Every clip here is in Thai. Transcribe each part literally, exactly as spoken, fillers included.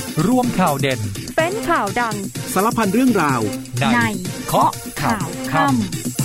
ร่วมข่าวเด่นเป็นข่าวดังสารพันเรื่องราวในเคาะข่าวค่ำ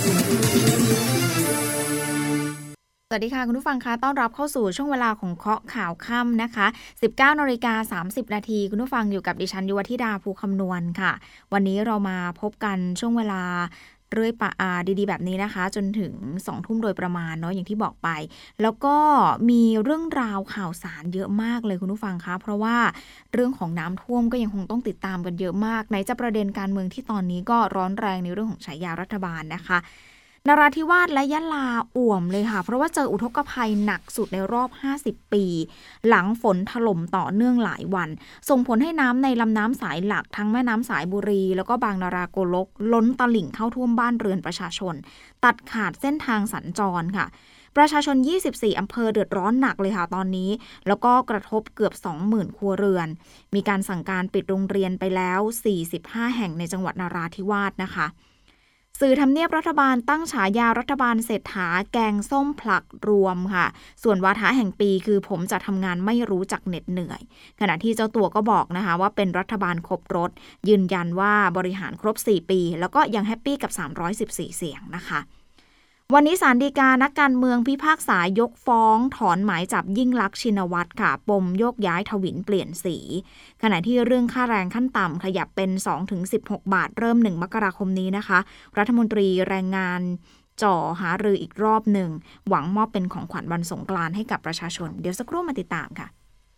สวัสดีค่ะคุณผู้ฟังคะต้อนรับเข้าสู่ช่วงเวลาของเคาะข่าวค่ำนะคะ สิบเก้านาฬิกาสามสิบนาทีคุณผู้ฟังอยู่กับดิฉันยุวธิดาภูคำนวณค่ะวันนี้เรามาพบกันช่วงเวลาเรื่อยปะอาดีๆแบบนี้นะคะจนถึงสองทุ่มโดยประมาณเนาะอย่างที่บอกไปแล้วก็มีเรื่องราวข่าวสารเยอะมากเลยคุณผู้ฟังคะเพราะว่าเรื่องของน้ำท่วมก็ยังคงต้องติดตามกันเยอะมากไหนจะประเด็นการเมืองที่ตอนนี้ก็ร้อนแรงในเรื่องของฉายารัฐบาลนะคะนราธิวาสและยะลาอ่วมเลยค่ะเพราะว่าเจออุทกภัยหนักสุดในรอบห้าสิบปีหลังฝนถล่มต่อเนื่องหลายวันส่งผลให้น้ำในลำน้ำสายหลักทั้งแม่น้ำสายบุรีแล้วก็บางนาราโกลกล้นตลิ่งเข้าท่วมบ้านเรือนประชาชนตัดขาดเส้นทางสัญจรค่ะประชาชนยี่สิบสี่อำเภอเดือดร้อนหนักเลยค่ะตอนนี้แล้วก็กระทบเกือบ สองหมื่น ครัวเรือนมีการสั่งการปิดโรงเรียนไปแล้วสี่สิบห้าแห่งในจังหวัดนราธิวาสนะคะสื่อทำเนียบรัฐบาลตั้งฉายารัฐบาลเศรษฐาแกงส้มผลักรวมค่ะส่วนวาทะแห่งปีคือผมจะทำงานไม่รู้จักเหน็ดเหนื่อยขณะที่เจ้าตัวก็บอกนะคะว่าเป็นรัฐบาลครบรสยืนยันว่าบริหารครบสี่ปีแล้วก็ยังแฮปปี้กับสามร้อยสิบสี่เสียงนะคะวันนี้ศาลฎีกานักการเมืองพิพากษายกฟ้องถอนหมายจับยิ่งลักษณ์ชินวัตรค่ะปมโยกย้ายถวิลเปลี่ยนสีขณะที่เรื่องค่าแรงขั้นต่ำขยับเป็น สองถึงสิบหก บาทเริ่มหนึ่งมกราคมนี้นะคะรัฐมนตรีแรงงานจ่อหารืออีกรอบหนึ่งหวังมอบเป็นของขวัญวันสงกรานต์ให้กับประชาชนเดี๋ยวสักครู่มาติดตามค่ะ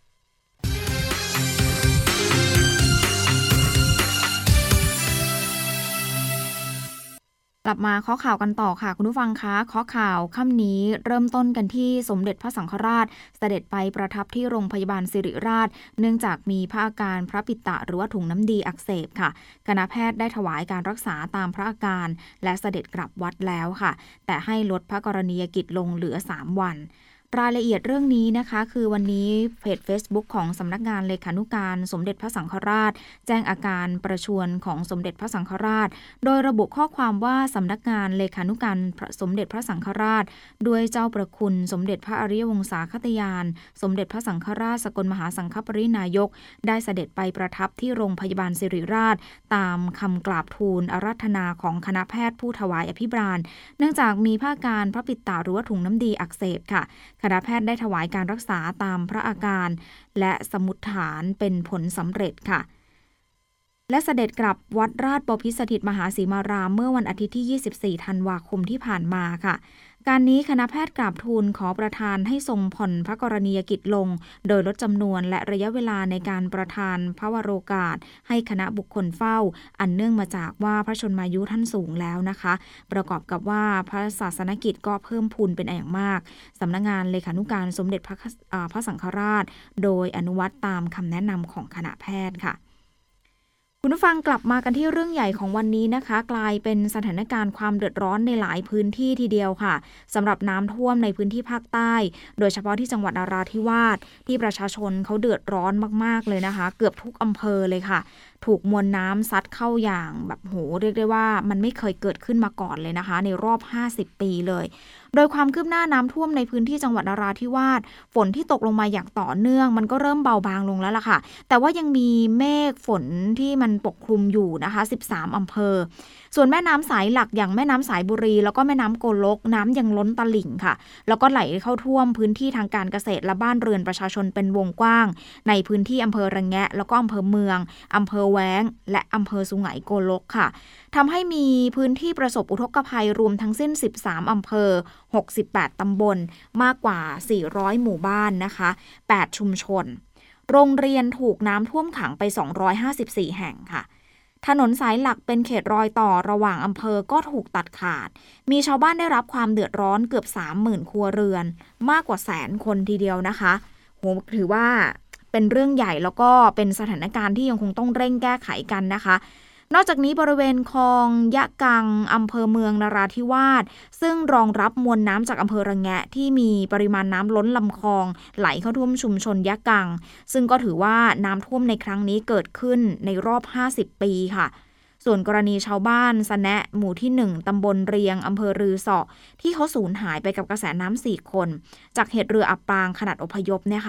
กลับมาข้อข่าวกันต่อค่ะคุณผู้ฟังคะข้อข่าวค่ำนี้เริ่มต้นกันที่สมเด็จพระสังฆราชเสด็จไปประทับที่โรงพยาบาลศิริราชเนื่องจากมีพระอาการพระปิตะหรือว่าถุงน้ำดีอักเสบค่ะคณะแพทย์ได้ถวายการรักษาตามพระอาการและเสด็จกลับวัดแล้วค่ะแต่ให้ลดพระกรณียกิจลงเหลือสามวันรายละเอียดเรื่องนี้นะคะคือวันนี้เพจ Facebook ของสำนักงานเลขานุการสมเด็จพระสังฆราชแจ้งอาการประชวรของสมเด็จพระสังฆราชโดยระบุข้อความว่าสำนักงานเลขานุการสมเด็จพระสังฆราชด้วยเจ้าประคุณสมเด็จพระอริยวงศาคตยานสมเด็จพระสังฆราชสกลมหาสังฆปรินายกได้เสด็จไปประทับที่โรงพยาบาลศิริราชตามคำกราบทูลอาราธนาของคณะแพทย์ผู้ถวายอภิบาลเนื่องจากมีพระอาการพระปิตะหรือว่าถุงน้ำดีอักเสบค่ะคณะแพทย์ได้ถวายการรักษาตามพระอาการและสมุฏฐานเป็นผลสำเร็จค่ะและเสด็จกลับวัดราชบพิสถิตมหาสีมารามเมื่อวันอาทิตย์ที่ยี่สิบสี่ธันวาคมที่ผ่านมาค่ะการนี้คณะแพทย์กราบทูลขอประทานให้ทรงผ่อนพระกรณียกิจลงโดยลดจำนวนและระยะเวลาในการประทานพระวโรกาสให้คณะบุคคลเฝ้าอันเนื่องมาจากว่าพระชนมายุท่านสูงแล้วนะคะประกอบกับว่าพระศาสนกิจก็เพิ่มพูนเป็นอย่างมากสำนักงานเลขานุการสมเด็จพระพระสังฆราชโดยอนุวัตตามคำแนะนำของคณะแพทย์ค่ะคุณผู้ฟังกลับมากันที่เรื่องใหญ่ของวันนี้นะคะกลายเป็นสถานการณ์ความเดือดร้อนในหลายพื้นที่ทีเดียวค่ะสำหรับน้ำท่วมในพื้นที่ภาคใต้โดยเฉพาะที่จังหวัดนราธิวาสที่ประชาชนเขาเดือดร้อนมากๆเลยนะคะเกือบทุกอำเภอเลยค่ะถูกมวลน้ำซัดเข้าอย่างแบบโหเรียกได้ว่ามันไม่เคยเกิดขึ้นมาก่อนเลยนะคะในรอบห้าสิบปีเลยโดยความคืบหน้าน้ำท่วมในพื้นที่จังหวัดนราธิวาสฝนที่ตกลงมาอย่างต่อเนื่องมันก็เริ่มเบาบางลงแล้วล่ะค่ะแต่ว่ายังมีเมฆฝนที่มันปกคลุมอยู่นะคะสิบสามอำเภอส่วนแม่น้ำสายหลักอย่างแม่น้ำสายบุรีแล้วก็แม่น้ำโกลกน้ำยังล้นตลิ่งค่ะแล้วก็ไหลเข้าท่วมพื้นที่ทางการเกษตรและบ้านเรือนประชาชนเป็นวงกว้างในพื้นที่อำเภอระแงะแล้วก็อำเภอเมืองอำเภอแว้งและอำเภอสุไหงโกลกค่ะทำให้มีพื้นที่ประสบอุทกภัยรวมทั้งสิ้นสิบสามอำเภอหกสิบแปดตำบลมากกว่าสี่ร้อยหมู่บ้านนะคะแปดชุมชนโรงเรียนถูกน้ำท่วมขังไปสองร้อยห้าสิบสี่แห่งค่ะถนนสายหลักเป็นเขตรอยต่อระหว่างอำเภอก็ถูกตัดขาดมีชาวบ้านได้รับความเดือดร้อนเกือบ สามหมื่น ครัวเรือนมากกว่าแสนคนทีเดียวนะคะโหถือว่าเป็นเรื่องใหญ่แล้วก็เป็นสถานการณ์ที่ยังคงต้องเร่งแก้ไขกันนะคะ นอกจากนี้บริเวณคลองยะกังอำเภอเมืองนราธิวาสซึ่งรองรับมวลน้ำจากอำเภอระแงะที่มีปริมาณน้ำล้นลำคลองไหลเข้าท่วมชุมชนยะกังซึ่งก็ถือว่าน้ำท่วมในครั้งนี้เกิดขึ้นในรอบห้าสิบปีค่ะส่วนกรณีชาวบ้านสะแนะหมู่ที่หนึ่งตำบลเรียงอำเภอรือเสาะที่เขาสูญหายไปกับกระแสน้ำสี่คนจากเหตุเรืออับปางขนาดอพยพเนี่ยค่ะ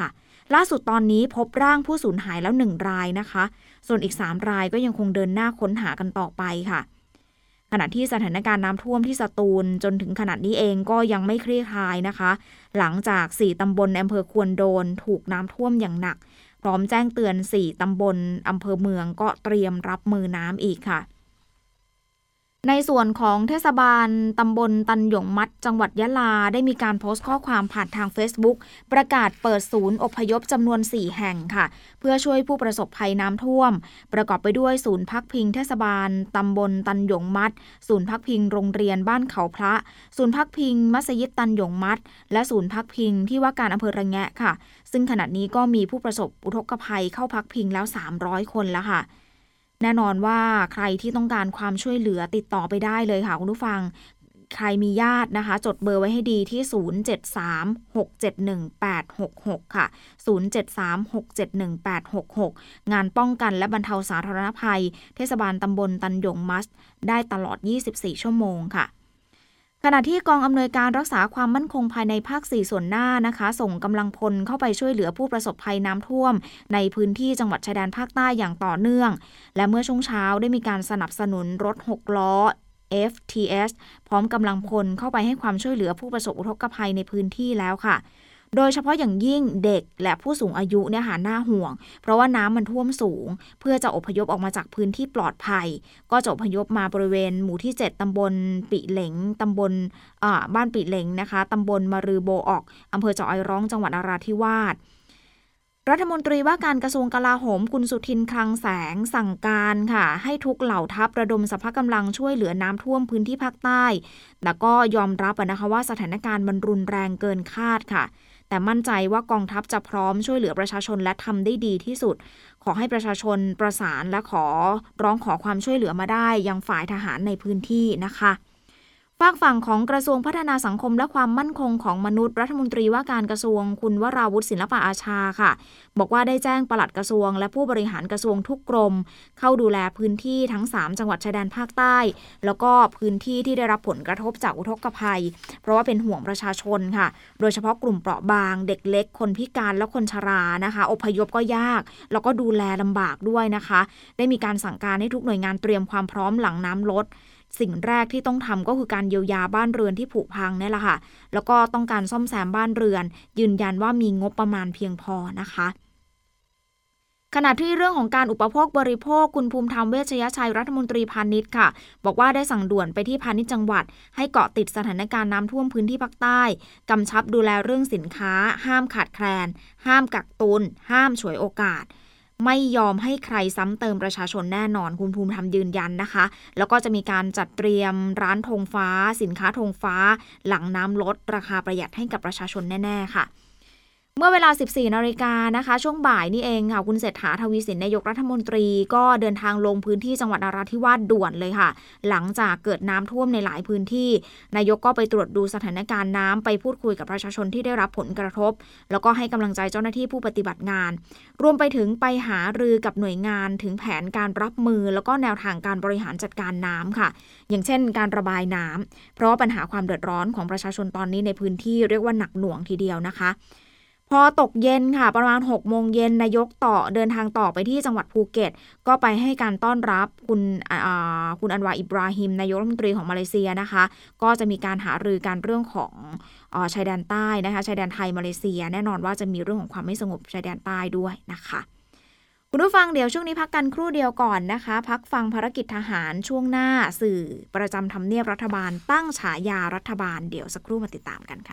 ล่าสุดตอนนี้พบร่างผู้สูญหายแล้วหนึ่งรายนะคะส่วนอีกสามรายก็ยังคงเดินหน้าค้นหากันต่อไปค่ะขณะที่สถานการณ์น้ำท่วมที่สตูลจนถึงขณะนี้เองก็ยังไม่คลี่คลายนะคะหลังจากสี่ตำบลอำเภอควนโดนถูกน้ำท่วมอย่างหนักพร้อมแจ้งเตือนสี่ตำบลอำเภอเมืองก็เตรียมรับมือน้ำอีกค่ะในส่วนของเทศบาลตำบลตันหยงมัดจังหวัดยะลาได้มีการโพสต์ข้อความผ่านทาง Facebook ประกาศเปิดศูนย์อพยพจำนวนสี่แห่งค่ะเพื่อช่วยผู้ประสบภัยน้ำท่วมประกอบไปด้วยศูนย์พักพิงเทศบาลตำบลตันหยงมัดศูนย์พักพิงโรงเรียนบ้านเขาพระศูนย์พักพิงมัสยิดตันหยงมัดและศูนย์พักพิงที่ว่าการอำเภอระแงะค่ะซึ่งขณะนี้ก็มีผู้ประสบอุทกภัยเข้าพักพิงแล้วสามร้อยคนแล้วค่ะแน่นอนว่าใครที่ต้องการความช่วยเหลือติดต่อไปได้เลยค่ะคุณผู้ฟังใครมีญาตินะคะจดเบอร์ไว้ให้ดีที่ศูนย์ เจ็ด สาม หก เจ็ด หนึ่ง แปด หก หกค่ะศูนย์ เจ็ด สาม หก เจ็ด หนึ่ง แปด หก หกงานป้องกันและบรรเทาสาธารณภัยเทศบาลตำบลตันหยงมัดได้ตลอดยี่สิบสี่ชั่วโมงค่ะขณะที่กองอำนวยการรักษาความมั่นคงภายในภาคสี่ส่วนหน้านะคะส่งกำลังพลเข้าไปช่วยเหลือผู้ประสบภัยน้ำท่วมในพื้นที่จังหวัดชายแดนภาคใต้อย่างต่อเนื่องและเมื่อช่วงเช้าได้มีการสนับสนุนรถหกล้อ เอฟ ที เอส พร้อมกำลังพลเข้าไปให้ความช่วยเหลือผู้ประสบอุทกภัยในพื้นที่แล้วค่ะโดยเฉพาะอย่างยิ่งเด็กและผู้สูงอายุเนี่ยหาหน้าห่วงเพราะว่าน้ำมันท่วมสูงเพื่อจะอพยพออกมาจากพื้นที่ปลอดภัยก็จะอพยพมาบริเวณหมู่ที่เจ็ดตำบลปิเหลงตำบลบ้านปิเหลงนะคะตำบลมะรือโบออกอำเภอเจาะไอร้องจังหวัดนราธิวาสรัฐมนตรีว่าการกระทรวงกลาโหมคุณสุทินคลังแสงสั่งการค่ะให้ทุกเหล่าทัพระดมสรรพกำลังช่วยเหลือน้ำท่วมพื้นที่ภาคใต้แต่ก็ยอมรับนะคะว่าสถานการณ์มันรุนแรงเกินคาดค่ะแต่มั่นใจว่ากองทัพจะพร้อมช่วยเหลือประชาชนและทำได้ดีที่สุดขอให้ประชาชนประสานและขอร้องขอความช่วยเหลือมาได้ยังฝ่ายทหารในพื้นที่นะคะฝากฝั่งของกระทรวงพัฒนาสังคมและความมั่นคงของมนุษย์รัฐมนตรีว่าการกระทรวงคุณวราวุฒิศิลปอาชาค่ะบอกว่าได้แจ้งปลัดกระทรวงและผู้บริหารกระทรวงทุกกรมเข้าดูแลพื้นที่ทั้งสามจังหวัดชายแดนภาคใต้แล้วก็พื้นที่ที่ได้รับผลกระทบจากอุทกภัยเพราะว่าเป็นห่วงประชาชนค่ะโดยเฉพาะกลุ่มเปราะบางเด็กเล็กคนพิการและคนชรานะคะอพยพก็ยากแล้วก็ดูแลลำบากด้วยนะคะได้มีการสั่งการให้ทุกหน่วยงานเตรียมความพร้อมหลังน้ำลดสิ่งแรกที่ต้องทำก็คือการเยียวยาบ้านเรือนที่ผุพังนี่แหละค่ะแล้วก็ต้องการซ่อมแซมบ้านเรือนยืนยันว่ามีงบประมาณเพียงพอนะคะขณะที่เรื่องของการอุปโภคบริโภคคุณภูมิธรรมเวชยชัยรัฐมนตรีพาณิชย์ค่ะบอกว่าได้สั่งด่วนไปที่พาณิชย์จังหวัดให้เกาะติดสถานการณ์น้ำท่วมพื้นที่ภาคใต้กำชับดูแลเรื่องสินค้าห้ามขาดแคลนห้ามกักตุนห้ามฉวยโอกาสไม่ยอมให้ใครซ้ำเติมประชาชนแน่นอนคุณภูมิธรรมยืนยันนะคะแล้วก็จะมีการจัดเตรียมร้านธงฟ้าสินค้าธงฟ้าหลังน้ำลดราคาประหยัดให้กับประชาชนแน่ๆค่ะเมื่อเวลา สิบสี่นาฬิกานะคะช่วงบ่ายนี่เองค่ะคุณเศรษฐาทวีสินนายกรัฐมนตรีก็เดินทางลงพื้นที่จังหวัดนราธิวาสด่วนเลยค่ะหลังจากเกิดน้ำท่วมในหลายพื้นที่นายกก็ไปตรวจดูสถานการณ์น้ำไปพูดคุยกับประชาชนที่ได้รับผลกระทบแล้วก็ให้กำลังใจเจ้าหน้าที่ผู้ปฏิบัติงานรวมไปถึงไปหารือกับหน่วยงานถึงแผนการรับมือแล้วก็แนวทางการบริหารจัดการน้ำค่ะอย่างเช่นการระบายน้ำเพราะปัญหาความเดือดร้อนของประชาชนตอนนี้ในพื้นที่เรียกว่าหนักหน่วงทีเดียวนะคะพอตกเย็นค่ะประมาณหกโมงเย็นนายกต่อเดินทางต่อไปที่จังหวัดภูเก็ตก็ไปให้การต้อนรับคุณคุณอันวาอิบราฮิมนายกรัฐมนตรีของมาเลเซียนะคะก็จะมีการหารือกันเรื่องของชายแดนใต้นะคะชายแดนไทยมาเลเซียแน่นอนว่าจะมีเรื่องของความไม่สงบชายแดนใต้ด้วยนะคะคุณผู้ฟังเดี๋ยวช่วงนี้พักกันครู่เดียวก่อนนะคะพักฟังภารกิจทหารช่วงหน้าสื่อประจำทำเนียบรัฐบาลตั้งฉายารัฐบาลเดี๋ยวสักครู่มาติดตามกันค่ะ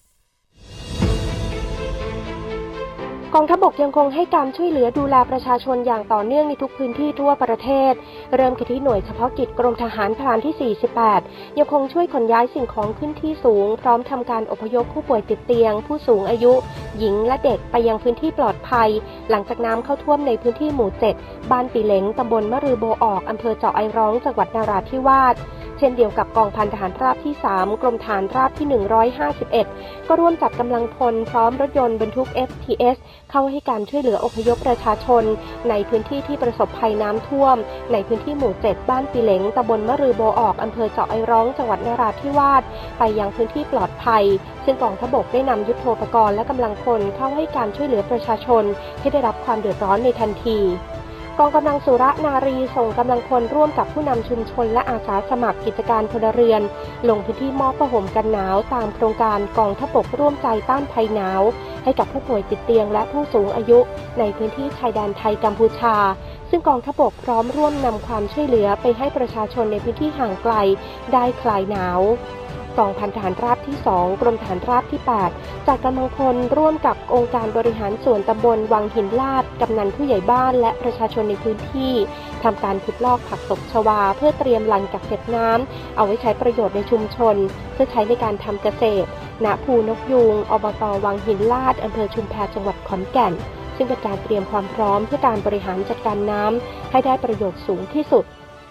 กองทัพบกยังคงให้การช่วยเหลือดูแลประชาชนอย่างต่อเนื่องในทุกพื้นที่ทั่วประเทศเริ่มกันที่หน่วยเฉพาะกิจกรมทหารพรานที่สี่สิบแปดยังคงช่วยขนย้ายสิ่งของขึ้นที่สูงพร้อมทำการอพยพผู้ป่วยติดเตียงผู้สูงอายุหญิงและเด็กไปยังพื้นที่ปลอดภัยหลังจากน้ำเข้าท่วมในพื้นที่หมู่เจ็ดบ้านปีเหลงตำบลมะรือโบออกอำเภอเจาะไอร้องจังหวัดนราธิวาสเช่นเดียวกับกองพันทหารราบที่สามกรมทหารราบที่หนึ่งร้อยห้าสิบเอ็ดก็ร่วมจัดกำลังพลพร้อมรถยนต์บรรทุก เอฟ ที เอส เข้าให้การช่วยเหลืออพยพประชาชนในพื้นที่ที่ประสบภัยน้ำท่วมในพื้นที่หมู่เจ็ดบ้านปีเหลงตำบลมะรือโบออกอำเภอเจาะไอร้องจังหวัดนราธิวาสไปยังพื้นที่ปลอดภัยซึ่งกองทัพบกได้นำยุทโธปกรณ์และกำลังพลเข้าให้การช่วยเหลือประชาชนที่ได้รับความเดือดร้อนในทันทีกองกำลังสุรนารีส่งกำลังพลร่วมกับผู้นำชุมชนและอาสาสมัครกิจการพลเรือนลงพื้นที่มอบผ้าห่มกันหนาวตามโครงการกองทัพบกร่วมใจต้านภัยหนาวให้กับผู้ป่วยติดเตียงและผู้สูงอายุในพื้นที่ชายแดนไทยกัมพูชาซึ่งกองทัพบกพร้อมร่วมนำความช่วยเหลือไปให้ประชาชนในพื้นที่ห่างไกลได้คลายหนาวกองพันทหารราบที่สองกรมทหารราบที่แปดจัดกำลังพลร่วมกับองค์การบริหารส่วนตำบลวังหินลาดกำนันผู้ใหญ่บ้านและประชาชนในพื้นที่ทำการขุดลอกผักตบชวาเพื่อเตรียมหลังกักเก็บน้ำเอาไว้ใช้ประโยชน์ในชุมชนเพื่อใช้ในการทำเกษตรณภูนกยูงอบต.วังหินลาดอำเภอชุมแพจังหวัดขอนแก่นซึ่งเป็นการเตรียมความพร้อมเพื่อการบริหารจัดการน้ำให้ได้ประโยชน์สูงที่สุด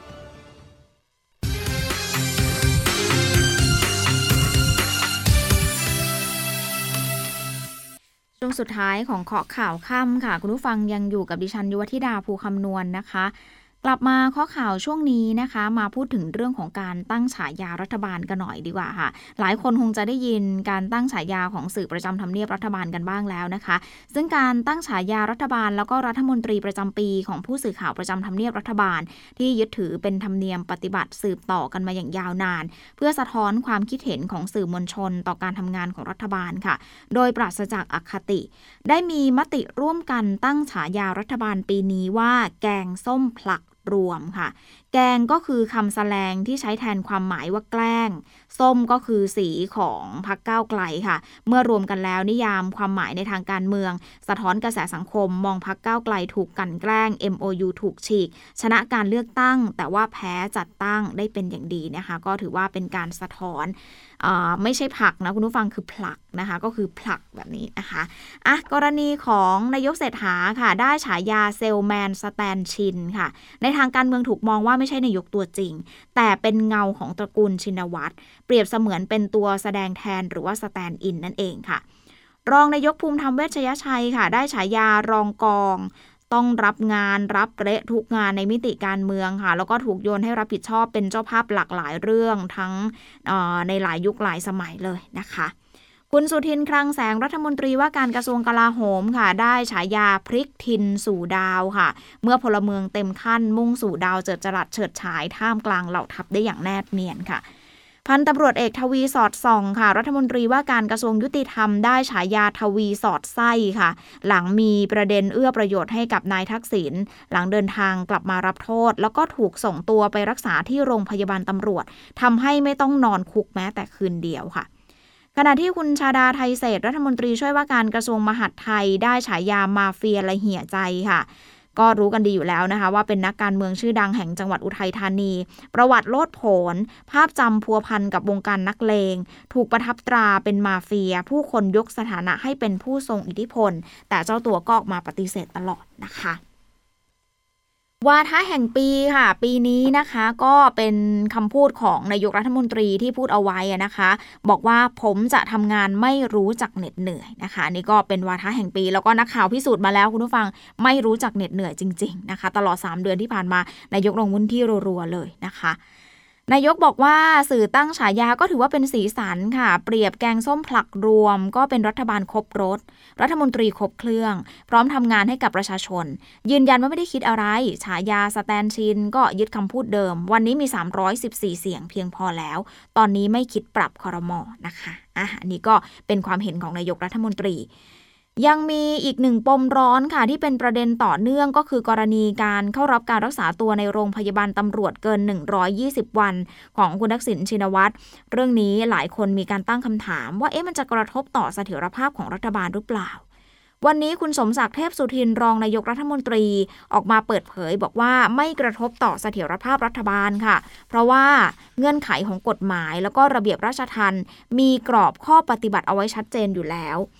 ช่วงสุดท้ายของเคาะข่าวค่ำค่ะคุณผู้ฟังยังอยู่กับดิฉันยุวธิดาภูคำนวณ นะคะกลับมาเคาะข่าวช่วงนี้นะคะมาพูดถึงเรื่องของการตั้งฉายารัฐบาลกันหน่อยดีกว่าค่ะหลายคนคงจะได้ยินการตั้งฉายาของสื่อประจำทำเนียบรัฐบาลกันบ้างแล้วนะคะซึ่งการตั้งฉายารัฐบาลแล้วก็รัฐมนตรีประจำปีของผู้สื่อข่าวประจำทำเนียบรัฐบาลที่ยึดถือเป็นธรรมเนียมปฏิบัติสืบต่อกันมาอย่างยาวนานเพื่อสะท้อนความคิดเห็นของสื่อมวลชนต่อการทำงานของรัฐบาลค่ะโดยปราศจากอคติได้มีมติร่วมกันตั้งฉายารัฐบาลปีนี้ว่าแกงส้มผลักรวมค่ะแกงก็คือคำแสลงที่ใช้แทนความหมายว่าแกล้งส้มก็คือสีของพรรคก้าวไกลค่ะเมื่อรวมกันแล้วนิยามความหมายในทางการเมืองสะท้อนกระแสสังคมมองพรรคก้าวไกลถูกกลั่นแกล้ง เอ็ม โอ ยู ถูกฉีกชนะการเลือกตั้งแต่ว่าแพ้จัดตั้งได้เป็นอย่างดีนะคะก็ถือว่าเป็นการสะท้อนไม่ใช่ผลักนะคุณผู้ฟังคือผลักนะคะก็คือผลักแบบนี้นะคะอ่ะกรณีของนายกเศรษฐาค่ะได้ฉายาเซลแมนสแตนชินค่ะในทางการเมืองถูกมองว่าไม่ใช่นายกตัวจริงแต่เป็นเงาของตระกูลชินวัตรเปรียบเสมือนเป็นตัวแสดงแทนหรือว่าสแตนด์อินนั่นเองค่ะรองนายกภูมิธรรมเวชยชัยค่ะได้ฉายารองกองต้องรับงานรับเละทุกงานในมิติการเมืองค่ะแล้วก็ถูกโยนให้รับผิดชอบเป็นเจ้าภาพหลากหลายเรื่องทั้งในหลายยุคหลายสมัยเลยนะคะคุณสุทินคลังแสงรัฐมนตรีว่าการกระทรวงกลาโหมค่ะได้ฉายาพลิกทินสู่ดาวค่ะเมื่อพลเมืองเต็มขั้นมุ่งสู่ดาวเจิดจรัสเฉิดฉายท่ามกลางเหล่าทัพได้อย่างแนบเนียนค่ะพันตำรวจเอกทวีสอดส่องค่ะรัฐมนตรีว่าการกระทรวงยุติธรรมได้ฉายาทวีสอดไส้ค่ะหลังมีประเด็นเอื้อประโยชน์ให้กับนายทักษิณหลังเดินทางกลับมารับโทษแล้วก็ถูกส่งตัวไปรักษาที่โรงพยาบาลตำรวจทำให้ไม่ต้องนอนคุกแม้แต่คืนเดียวค่ะขณะที่คุณชาดาไทเศรษฐ์รัฐมนตรีช่วยว่าการกระทรวงมหาดไทยได้ฉายามาเฟียละเหี่ยใจค่ะก็รู้กันดีอยู่แล้วนะคะว่าเป็นนักการเมืองชื่อดังแห่งจังหวัดอุทัยธานีประวัติโลดโผนภาพจำพัวพันกับวงการนักเลงถูกประทับตราเป็นมาเฟียผู้คนยกสถานะให้เป็นผู้ทรงอิทธิพลแต่เจ้าตัวก็ออกมาปฏิเสธตลอดนะคะวาทะแห่งปีค่ะปีนี้นะคะก็เป็นคำพูดของนายกรัฐมนตรีที่พูดเอาไว้นะคะบอกว่าผมจะทำงานไม่รู้จักเหน็ดเหนื่อยนะคะนี่ก็เป็นวาทะแห่งปีแล้วก็นักข่าวพิสูจน์มาแล้วคุณผู้ฟังไม่รู้จักเหน็ดเหนื่อยจริงๆนะคะตลอดสามเดือนที่ผ่านมานายกลงพื้นที่รัวๆเลยนะคะนายกบอกว่าสื่อตั้งฉายาก็ถือว่าเป็นสีสันค่ะเปรียบแกงส้มผลักรวมก็เป็นรัฐบาลครบรสรัฐมนตรีครบเครื่องพร้อมทำงานให้กับประชาชนยืนยันว่าไม่ได้คิดอะไรฉายาสแตนชินก็ยึดคำพูดเดิมวันนี้มีสามร้อยสิบสี่เสียงเพียงพอแล้วตอนนี้ไม่คิดปรับครม.นะคะอ่ะอันนี้ก็เป็นความเห็นของนายกรัฐมนตรียังมีอีกหนึ่งปมร้อนค่ะที่เป็นประเด็นต่อเนื่องก็คือกรณีการเข้ารับการรักษาตัวในโรงพยาบาลตำรวจเกินหนึ่งร้อยยี่สิบวันของคุณทักษิณชินวัตรเรื่องนี้หลายคนมีการตั้งคำถามว่าเอ๊ะมันจะกระทบต่อเสถียรภาพของรัฐบาลหรือเปล่าวันนี้คุณสมศักดิ์เทพสุทินรองนายกรัฐมนตรีออกมาเปิดเผยบอกว่าไม่กระทบต่อเสถียรภาพรัฐบาลค่ะเพราะว่าเงื่อนไขของกฎหมายแล้วก็ระเบียบราชทัณฑ์มีกรอบข้อปฏิบัติเอาไว้ชัดเจนอยู่แล้ว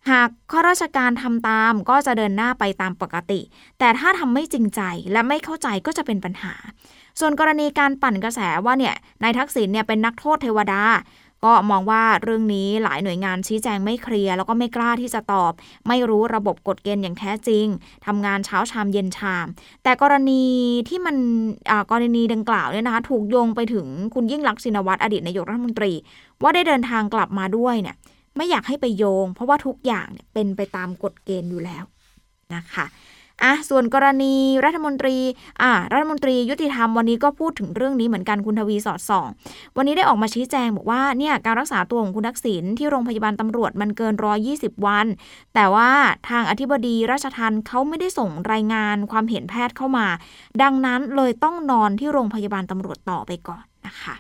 หากข้าราชการทำตามก็จะเดินหน้าไปตามปกติแต่ถ้าทำไม่จริงใจและไม่เข้าใจก็จะเป็นปัญหาส่วนกรณีการปั่นกระแสว่าเนี่ยนายทักษิณเนี่ยเป็นนักโทษเทวดาก็มองว่าเรื่องนี้หลายหน่วยงานชี้แจงไม่เคลียร์แล้วก็ไม่กล้าที่จะตอบไม่รู้ระบบกฎเกณฑ์อย่างแท้จริงทำงานเช้าชามเย็นชามแต่กรณีที่มันกรณีดังกล่าวเนี่ยนะคะถูกโยงไปถึงคุณยิ่งลักษณ์ชินวัตรอดีตนายกรัฐมนตรีว่าได้เดินทางกลับมาด้วยเนี่ยไม่อยากให้ไปโยงเพราะว่าทุกอย่างเนี่ยเป็นไปตามกฎเกณฑ์อยู่แล้วนะคะอ่ะส่วนกรณีรัฐมนตรีอ่ารัฐมนตรียุติธรรมวันนี้ก็พูดถึงเรื่องนี้เหมือนกันคุณทวีสอดส่องวันนี้ได้ออกมาชี้แจงบอกว่าเนี่ยการรักษาตัวของคุณทักษิณที่โรงพยาบาลตำรวจมันเกินหนึ่งร้อยยี่สิบวันแต่ว่าทางอธิบดีราชทัณฑ์เขาไม่ได้ส่งรายงานความเห็นแพทย์เข้ามาดังนั้นเลยต้องนอนที่โรงพยาบาลตำรวจต่อไปก่อนนะคะ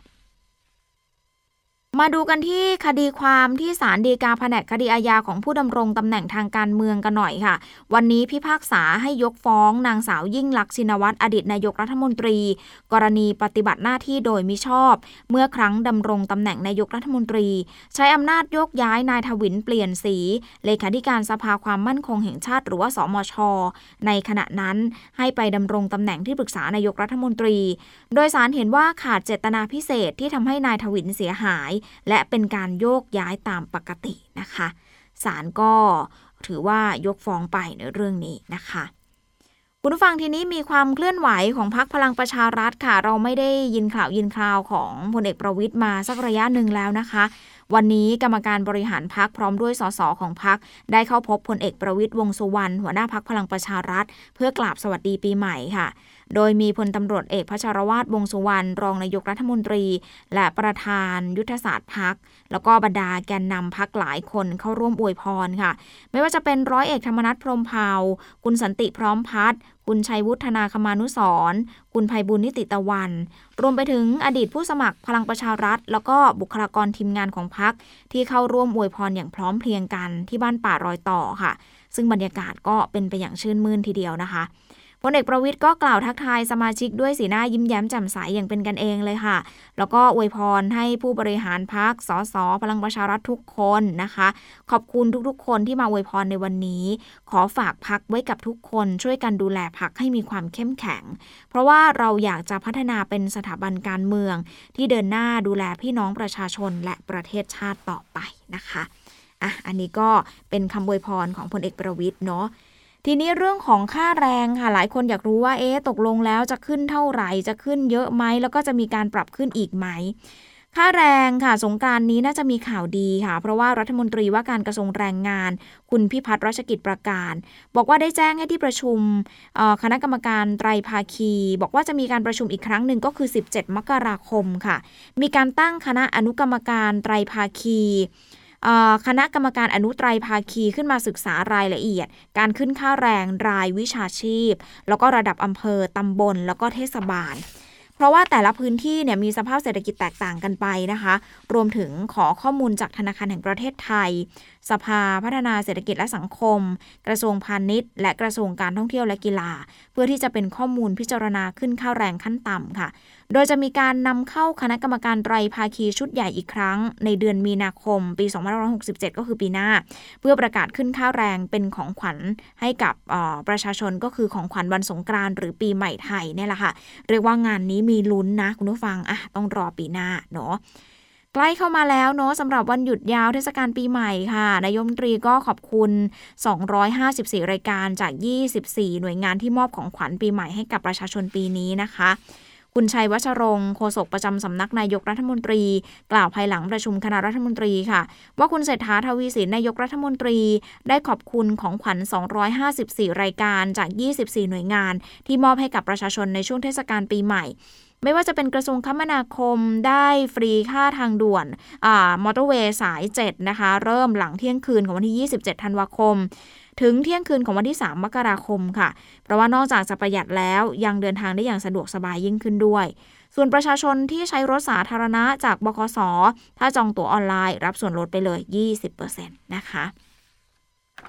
มาดูกันที่คดีความที่ศาลฎีกาแผนกคดีอาญาของผู้ดำรงตำแหน่งทางการเมืองกันหน่อยค่ะวันนี้พิพากษาให้ยกฟ้องนางสาวยิ่งลักษณ์ชินวัตรอดีตนายกรัฐมนตรีกรณีปฏิบัติหน้าที่โดยมิชอบเมื่อครั้งดำรงตำแหน่งนายกรัฐมนตรีใช้อำนาจโยกย้ายนายถวินเปลี่ยนสีเลขาธิการสภาความมั่นคงแห่งชาติหรือว่าสมช.ในขณะนั้นให้ไปดำรงตำแหน่งที่ปรึกษานายกรัฐมนตรีโดยศาลเห็นว่าขาดเจตนาพิเศษที่ทำให้นายถวินเสียหายและเป็นการโยกย้ายตามปกตินะคะศาลก็ถือว่ายกฟ้องไปในเรื่องนี้นะคะคุณผู้ฟังทีนี้มีความเคลื่อนไหวของพรรคพลังประชารัฐค่ะเราไม่ได้ยินข่าวยินคราวของพลเอกประวิตรมาสักระยะหนึ่งแล้วนะคะวันนี้กรรมการบริหารพรรคพร้อมด้วยสสของพรรคได้เข้าพบพลเอกประวิตรวงษ์สุวรรณหัวหน้าพรรคพลังประชารัฐเพื่อกราบสวัสดีปีใหม่ค่ะโดยมีพลตำรวจเอกพัชรวาทวงษ์สุวรรณรองนายกรัฐมนตรีและประธานยุทธศาสตร์พรรคแล้วก็บรรดาแกนนำพรรคหลายคนเข้าร่วมอวยพรค่ะไม่ว่าจะเป็นร้อยเอกธรรมนัสพรหมเผ่าคุณสันติพร้อมพัฒน์คุณชัยวุฒนาคมานุสรณ์คุณไพบุญนิติตะวันรวมไปถึงอดีตผู้สมัครพลังประชารัฐแล้วก็บุคลากรทีมงานของพรรคที่เข้าร่วมอวยพรอย่างพร้อมเพรียงกันที่บ้านป่ารอยต่อค่ะซึ่งบรรยากาศก็เป็นไปอย่างชื่นมื่นทีเดียวนะคะพลเอกประวิตรก็กล่าวทักทายสมาชิกด้วยสีหน้ายิ้มแย้มแจ่มใสอย่างเป็นกันเองเลยค่ะแล้วก็อวยพรให้ผู้บริหารพรรคสสพลังประชารัฐทุกคนนะคะขอบคุณทุกๆคนที่มาอวยพรในวันนี้ขอฝากพรรคไว้กับทุกคนช่วยกันดูแลพรรคให้มีความเข้มแข็งเพราะว่าเราอยากจะพัฒนาเป็นสถาบันการเมืองที่เดินหน้าดูแลพี่น้องประชาชนและประเทศชาติต่อไปนะคะอ่ะอันนี้ก็เป็นคำอวยพรของพลเอกประวิตรเนาะทีนี้เรื่องของค่าแรงค่ะหลายคนอยากรู้ว่าเอ๊ะตกลงแล้วจะขึ้นเท่าไหร่จะขึ้นเยอะไหมแล้วก็จะมีการปรับขึ้นอีกไหมค่าแรงค่ะสงกรานต์นี้น่าจะมีข่าวดีค่ะเพราะว่ารัฐมนตรีว่าการกระทรวงแรงงานคุณพิพัฒน์รัชกิจประการบอกว่าได้แจ้งให้ที่ประชุมคณะกรรมการไตรภาคีบอกว่าจะมีการประชุมอีกครั้งหนึ่งก็คือสิบเจ็ดมกราคมค่ะมีการตั้งคณะอนุกรรมการไตรภาคีคณะกรรมการอนุไตรภาคีขึ้นมาศึกษารายละเอียดการขึ้นค่าแรงรายวิชาชีพแล้วก็ระดับอำเภอตำบลแล้วก็เทศบาลเพราะว่าแต่ละพื้นที่เนี่ยมีสภาพเศรษฐกิจแตกต่างกันไปนะคะรวมถึงขอข้อมูลจากธนาคารแห่งประเทศไทยสภาพัฒนาเศรษฐกิจและสังคมกระทรวงพาณิชย์และกระทรวงการท่องเที่ยวและกีฬาเพื่อที่จะเป็นข้อมูลพิจารณาขึ้นค่าแรงขั้นต่ำค่ะโดยจะมีการนำเข้าคณะกรรมการไตรภาคีชุดใหญ่อีกครั้งในเดือนมีนาคมปีสองพันห้าร้อยหกสิบเจ็ดก็คือปีหน้าเพื่อประกาศขึ้นค่าแรงเป็นของขวัญให้กับประชาชนก็คือของขวัญวันสงกรานต์หรือปีใหม่ไทยเนี่ยแหละค่ะเรียกว่างานนี้มีลุ้นนะคุณผู้ฟังอ่ะต้องรอปีหน้าเนาะใกล้เข้ามาแล้วเนาะสำหรับวันหยุดยาวเทศกาลปีใหม่ค่ะนายกรัฐมนตรีก็ขอบคุณสองร้อยห้าสิบสี่รายการจากยี่สิบสี่หน่วยงานที่มอบของขวัญปีใหม่ให้กับประชาชนปีนี้นะคะคุณชัยวัชรงค์โฆษกประจำสำนักนายกรัฐมนตรีกล่าวภายหลังประชุมคณะรัฐมนตรีค่ะว่าคุณเศรษฐาทวีสินนายกรัฐมนตรีได้ขอบคุณของขวัญสองร้อยห้าสิบสี่รายการจากยี่สิบสี่หน่วยงานที่มอบให้กับประชาชนในช่วงเทศกาลปีใหม่ไม่ว่าจะเป็นกระทรวงคมนาคมได้ฟรีค่าทางด่วนอ่ามอเตอร์เวย์สายเจ็ดนะคะเริ่มหลังเที่ยงคืนของวันที่ยี่สิบเจ็ดธันวาคมถึงเที่ยงคืนของวันที่สามมกราคมค่ะเพราะว่านอกจากจะประหยัดแล้วยังเดินทางได้อย่างสะดวกสบายยิ่งขึ้นด้วยส่วนประชาชนที่ใช้รถสาธารณะจากบขส.ถ้าจองตั๋วออนไลน์รับส่วนลดไปเลย ยี่สิบเปอร์เซ็นต์ นะคะ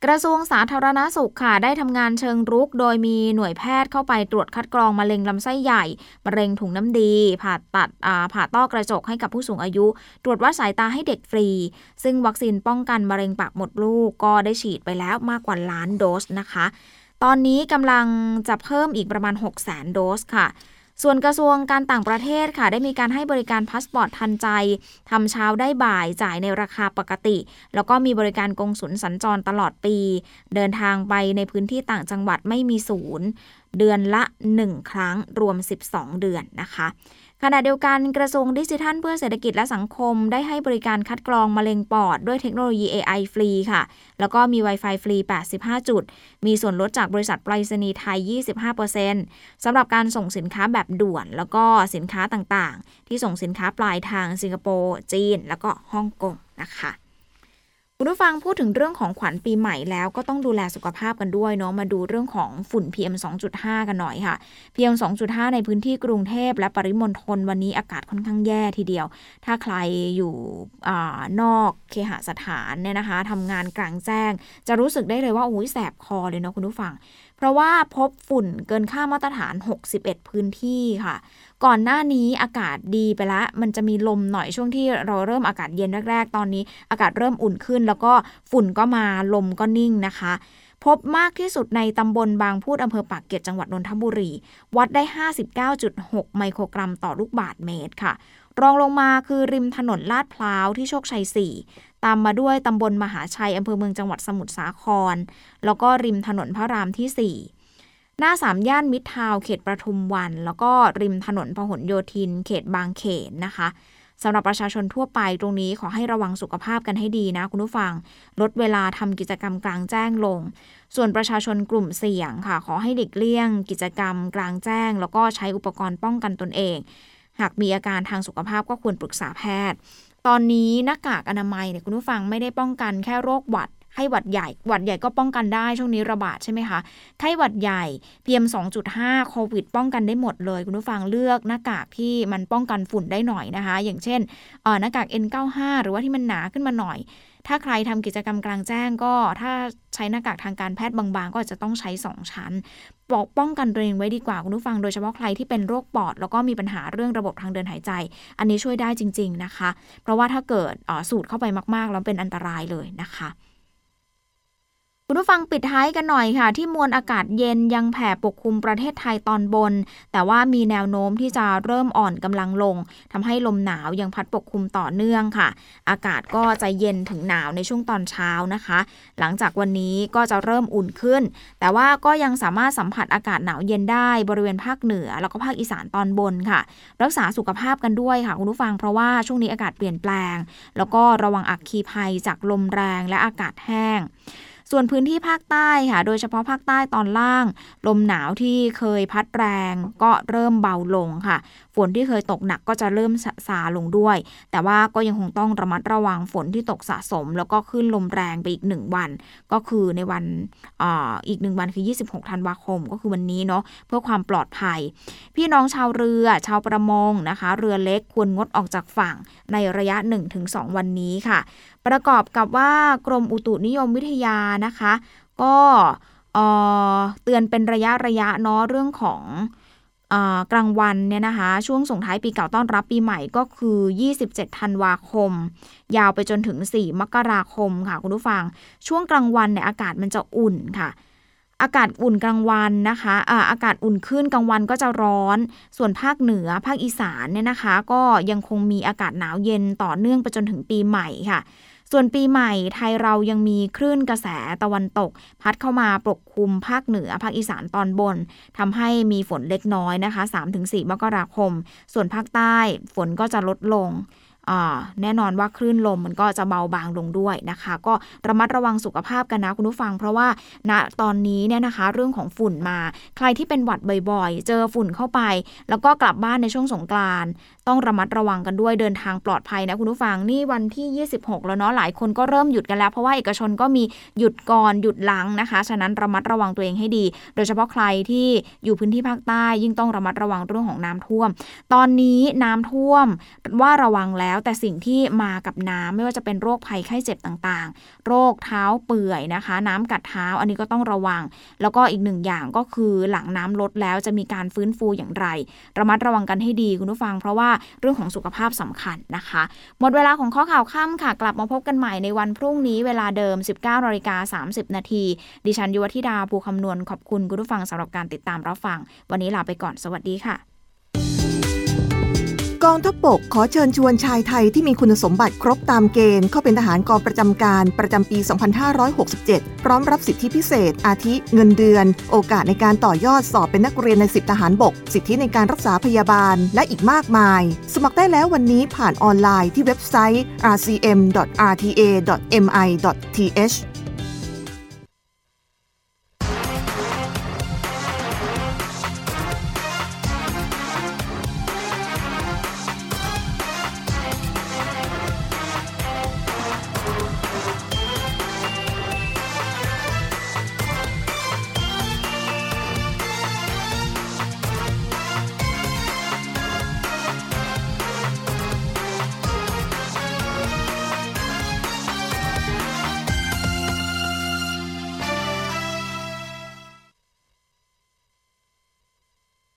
กระทรวงสาธารณสุขค่ะได้ทำงานเชิงรุกโดยมีหน่วยแพทย์เข้าไปตรวจคัดกรองมะเร็งลำไส้ใหญ่มะเร็งถุงน้ำดีผ่าตัดผ่าต้อกระจกให้กับผู้สูงอายุตรวจวัดสายตาให้เด็กฟรีซึ่งวัคซีนป้องกันมะเร็งปากมดลูกก็ได้ฉีดไปแล้วมากกว่าล้านโดสนะคะตอนนี้กำลังจะเพิ่มอีกประมาณ หกแสน โดสค่ะส่วนกระทรวงการต่างประเทศค่ะได้มีการให้บริการพาสปอร์ตทันใจทำเช้าได้บ่ายจ่ายในราคาปกติแล้วก็มีบริการกงสุลสัญจรตลอดปีเดินทางไปในพื้นที่ต่างจังหวัดไม่มีศูนย์เดือนละหนึ่งครั้งรวมสิบสองเดือนนะคะขณะเดียวกันกระทรวงดิจิทัลเพื่อเศรษฐกิจและสังคมได้ให้บริการคัดกรองมะเร็งปอดด้วยเทคโนโลยี เอ ไอ ฟรีค่ะแล้วก็มี Wi-Fi ฟรีแปดสิบห้าจุดมีส่วนลดจากบริษัทไปรษณีย์ไทย ยี่สิบห้าเปอร์เซ็นต์ สำหรับการส่งสินค้าแบบด่วนแล้วก็สินค้าต่างๆที่ส่งสินค้าปลายทางสิงคโปร์จีนแล้วก็ฮ่องกงนะคะคุณผู้ฟังพูดถึงเรื่องของขวัญปีใหม่แล้วก็ต้องดูแลสุขภาพกันด้วยเนาะมาดูเรื่องของฝุ่น พี เอ็ม สองจุดห้า กันหน่อยค่ะ พี เอ็ม สองจุดห้า ในพื้นที่กรุงเทพและปริมณฑลวันนี้อากาศค่อนข้างแย่ทีเดียวถ้าใครอยู่อ่านอกเคหสถานเนี่ยนะคะทำงานกลางแจ้งจะรู้สึกได้เลยว่าโอ้ยแสบคอเลยเนาะคุณผู้ฟังเพราะว่าพบฝุ่นเกินค่ามาตรฐานหกสิบเอ็ดพื้นที่ค่ะก่อนหน้านี้อากาศดีไปแล้วมันจะมีลมหน่อยช่วงที่เราเริ่มอากาศเย็นแรกๆตอนนี้อากาศเริ่มอุ่นขึ้นแล้วก็ฝุ่นก็มาลมก็นิ่งนะคะพบมากที่สุดในตำบลบางพูดอำเภอปากเกร็ดจังหวัดนนทบุรีวัดได้ ห้าสิบเก้าจุดหก ไมโครกรัมต่อลูกบาศก์เมตรค่ะรองลงมาคือริมถนนลาดพร้าวที่โชคชัยสี่ตามมาด้วยตำบลมหาชัยอำเภอเมืองจังหวัดสมุทรสาครแล้วก็ริมถนนพระรามที่สี่หน้าสามย่านมิตรทาวน์เขตปทุมวันแล้วก็ริมถนนพหลโยธินเขตบางเขนนะคะสำหรับประชาชนทั่วไปตรงนี้ขอให้ระวังสุขภาพกันให้ดีนะคุณผู้ฟังลดเวลาทำกิจกรรมกลางแจ้งลงส่วนประชาชนกลุ่มเสี่ยงค่ะขอให้หลีกเลี่ยงกิจกรรมกลางแจ้งแล้วก็ใช้อุปกรณ์ป้องกันตนเองหากมีอาการทางสุขภาพก็ควรปรึกษาแพทย์ตอนนี้หน้ากากอนามัยเนี่ยคุณผู้ฟังไม่ได้ป้องกันแค่โรคหวัดไข้หวัดใหญ่หวัดใหญ่ก็ป้องกันได้ช่วงนี้ระบาดใช่ไหมคะไข้หวัดใหญ่ พี เอ็ม สองจุดห้า โควิดป้องกันได้หมดเลยคุณผู้ฟังเลือกหน้ากากที่มันป้องกันฝุ่นได้หน่อยนะคะอย่างเช่นเอ่อหน้ากาก เอ็น เก้าสิบห้า หรือว่าที่มันหนาขึ้นมาหน่อยถ้าใครทำกิจกรรมกลางแจ้งก็ถ้าใช้หน้ากากทางการแพทย์บางๆก็อาจจะต้องใช้สองชั้นปกป้องกันตัวเองไว้ดีกว่าคุณผู้ฟังโดยเฉพาะใครที่เป็นโรคปอดแล้วก็มีปัญหาเรื่องระบบทางเดินหายใจอันนี้ช่วยได้จริงๆนะคะเพราะว่าถ้าเกิดสูดเข้าไปมากๆแล้วเป็นอันตรายเลยนะคะคุณผู้ฟังปิดท้ายกันหน่อยค่ะที่มวลอากาศเย็นยังแผ่ปกคลุมประเทศไทยตอนบนแต่ว่ามีแนวโน้มที่จะเริ่มอ่อนกำลังลงทำให้ลมหนาวยังพัดปกคลุมต่อเนื่องค่ะอากาศก็จะเย็นถึงหนาวในช่วงตอนเช้านะคะหลังจากวันนี้ก็จะเริ่มอุ่นขึ้นแต่ว่าก็ยังสามารถสัมผัสอากาศหนาวเย็นได้บริเวณภาคเหนือแล้วก็ภาคอีสานตอนบนค่ะรักษาสุขภาพกันด้วยค่ะคุณผู้ฟังเพราะว่าช่วงนี้อากาศเปลี่ยนแปลงแล้วก็ระวังอัคคีภัยจากลมแรงและอากาศแห้งส่วนพื้นที่ภาคใต้ค่ะโดยเฉพาะภาคใต้ตอนล่างลมหนาวที่เคยพัดแรงก็เริ่มเบาลงค่ะฝนที่เคยตกหนักก็จะเริ่มซาลงด้วยแต่ว่าก็ยังคงต้องระมัดระวังฝนที่ตกสะสมแล้วก็คลื่นลมแรงไปอีกหนึ่งวันก็คือในวันอ่าอีกหนึ่งวันคือยี่สิบหกธันวาคมก็คือวันนี้เนาะเพื่อความปลอดภัยพี่น้องชาวเรือชาวประมงนะคะเรือเล็กควรงดออกจากฝั่งในระยะ หนึ่งถึงสอง วันนี้ค่ะประกอบกับว่ากรมอุตุนิยมวิทยานะคะก็เอ่อเตือนเป็นระยะระยะเนาะเรื่องของเอ่อกลางวันเนี่ยนะคะช่วงส่งท้ายปีเก่าต้อนรับปีใหม่ก็คือยี่สิบเจ็ดธันวาคมยาวไปจนถึงสี่มกราคมค่ะคุณผู้ฟังช่วงกลางวันเนี่ยอากาศมันจะอุ่นค่ะอากาศอุ่นกลางวันนะคะอ่าอากาศอุ่นขึ้นกลางวันก็จะร้อนส่วนภาคเหนือภาคอีสานเนี่ยนะคะก็ยังคงมีอากาศหนาวเย็นต่อเนื่องไปจนถึงปีใหม่ค่ะส่วนปีใหม่ไทยเรายังมีคลื่นกระแสตะวันตกพัดเข้ามาปกคลุมภาคเหนือภาคอีสานตอนบนทำให้มีฝนเล็กน้อยนะคะ สามถึงสี่ มกราคมส่วนภาคใต้ฝนก็จะลดลงแน่นอนว่าคลื่นลมมันก็จะเบาบางลงด้วยนะคะก็ระมัดระวังสุขภาพกันนะคุณผู้ฟังเพราะว่าณตอนนี้เนี่ยนะคะเรื่องของฝุ่นมาใครที่เป็นหวัดบ่อยๆเจอฝุ่นเข้าไปแล้วก็กลับบ้านในช่วงสงกรานต์ต้องระมัดระวังกันด้วยเดินทางปลอดภัยนะคุณผู้ฟังนี่วันที่ยี่สิบหกแล้วเนาะหลายคนก็เริ่มหยุดกันแล้วเพราะว่าเอกชนก็มีหยุดก่อนหยุดหลังนะคะฉะนั้นระมัดระวังตัวเองให้ดีโดยเฉพาะใครที่อยู่พื้นที่ภาคใต้ยิ่งต้องระมัดระวังเรื่องของน้ำท่วมตอนนี้น้ำท่วมว่าระวังแล้วแล้วแต่สิ่งที่มากับน้ำไม่ว่าจะเป็นโรคภัยไข้เจ็บต่างๆโรคเท้าเปื่อยนะคะน้ำกัดเท้าอันนี้ก็ต้องระวังแล้วก็อีกหนึ่งอย่างก็คือหลังน้ำลดแล้วจะมีการฟื้นฟูอย่างไรระมัดระวังกันให้ดีคุณผู้ฟังเพราะว่าเรื่องของสุขภาพสำคัญนะคะหมดเวลาของข้อข่าวค่ำค่ะกลับมาพบกันใหม่ในวันพรุ่งนี้เวลาเดิม สิบเก้านาฬิกาสามสิบนาทีดิฉันยุวธิดาภูคำนวณขอบคุณคุณผู้ฟังสำหรับการติดตามรับฟังวันนี้ลาไปก่อนสวัสดีค่ะกองทัพบกขอเชิญชวนชายไทยที่มีคุณสมบัติครบตามเกณฑ์เข้าเป็นทหารกองประจำการประจำปี สองพันห้าร้อยหกสิบเจ็ด พร้อมรับสิทธิพิเศษอาทิเงินเดือนโอกาสในการต่อยอดสอบเป็นนักเรียนในสิบทหารบกสิทธิในการรักษาพยาบาลและอีกมากมายสมัครได้แล้ววันนี้ผ่านออนไลน์ที่เว็บไซต์ อาร์ ซี เอ็ม ดอท อาร์ ที เอ ดอท เอ็ม ไอ ดอท ที เอช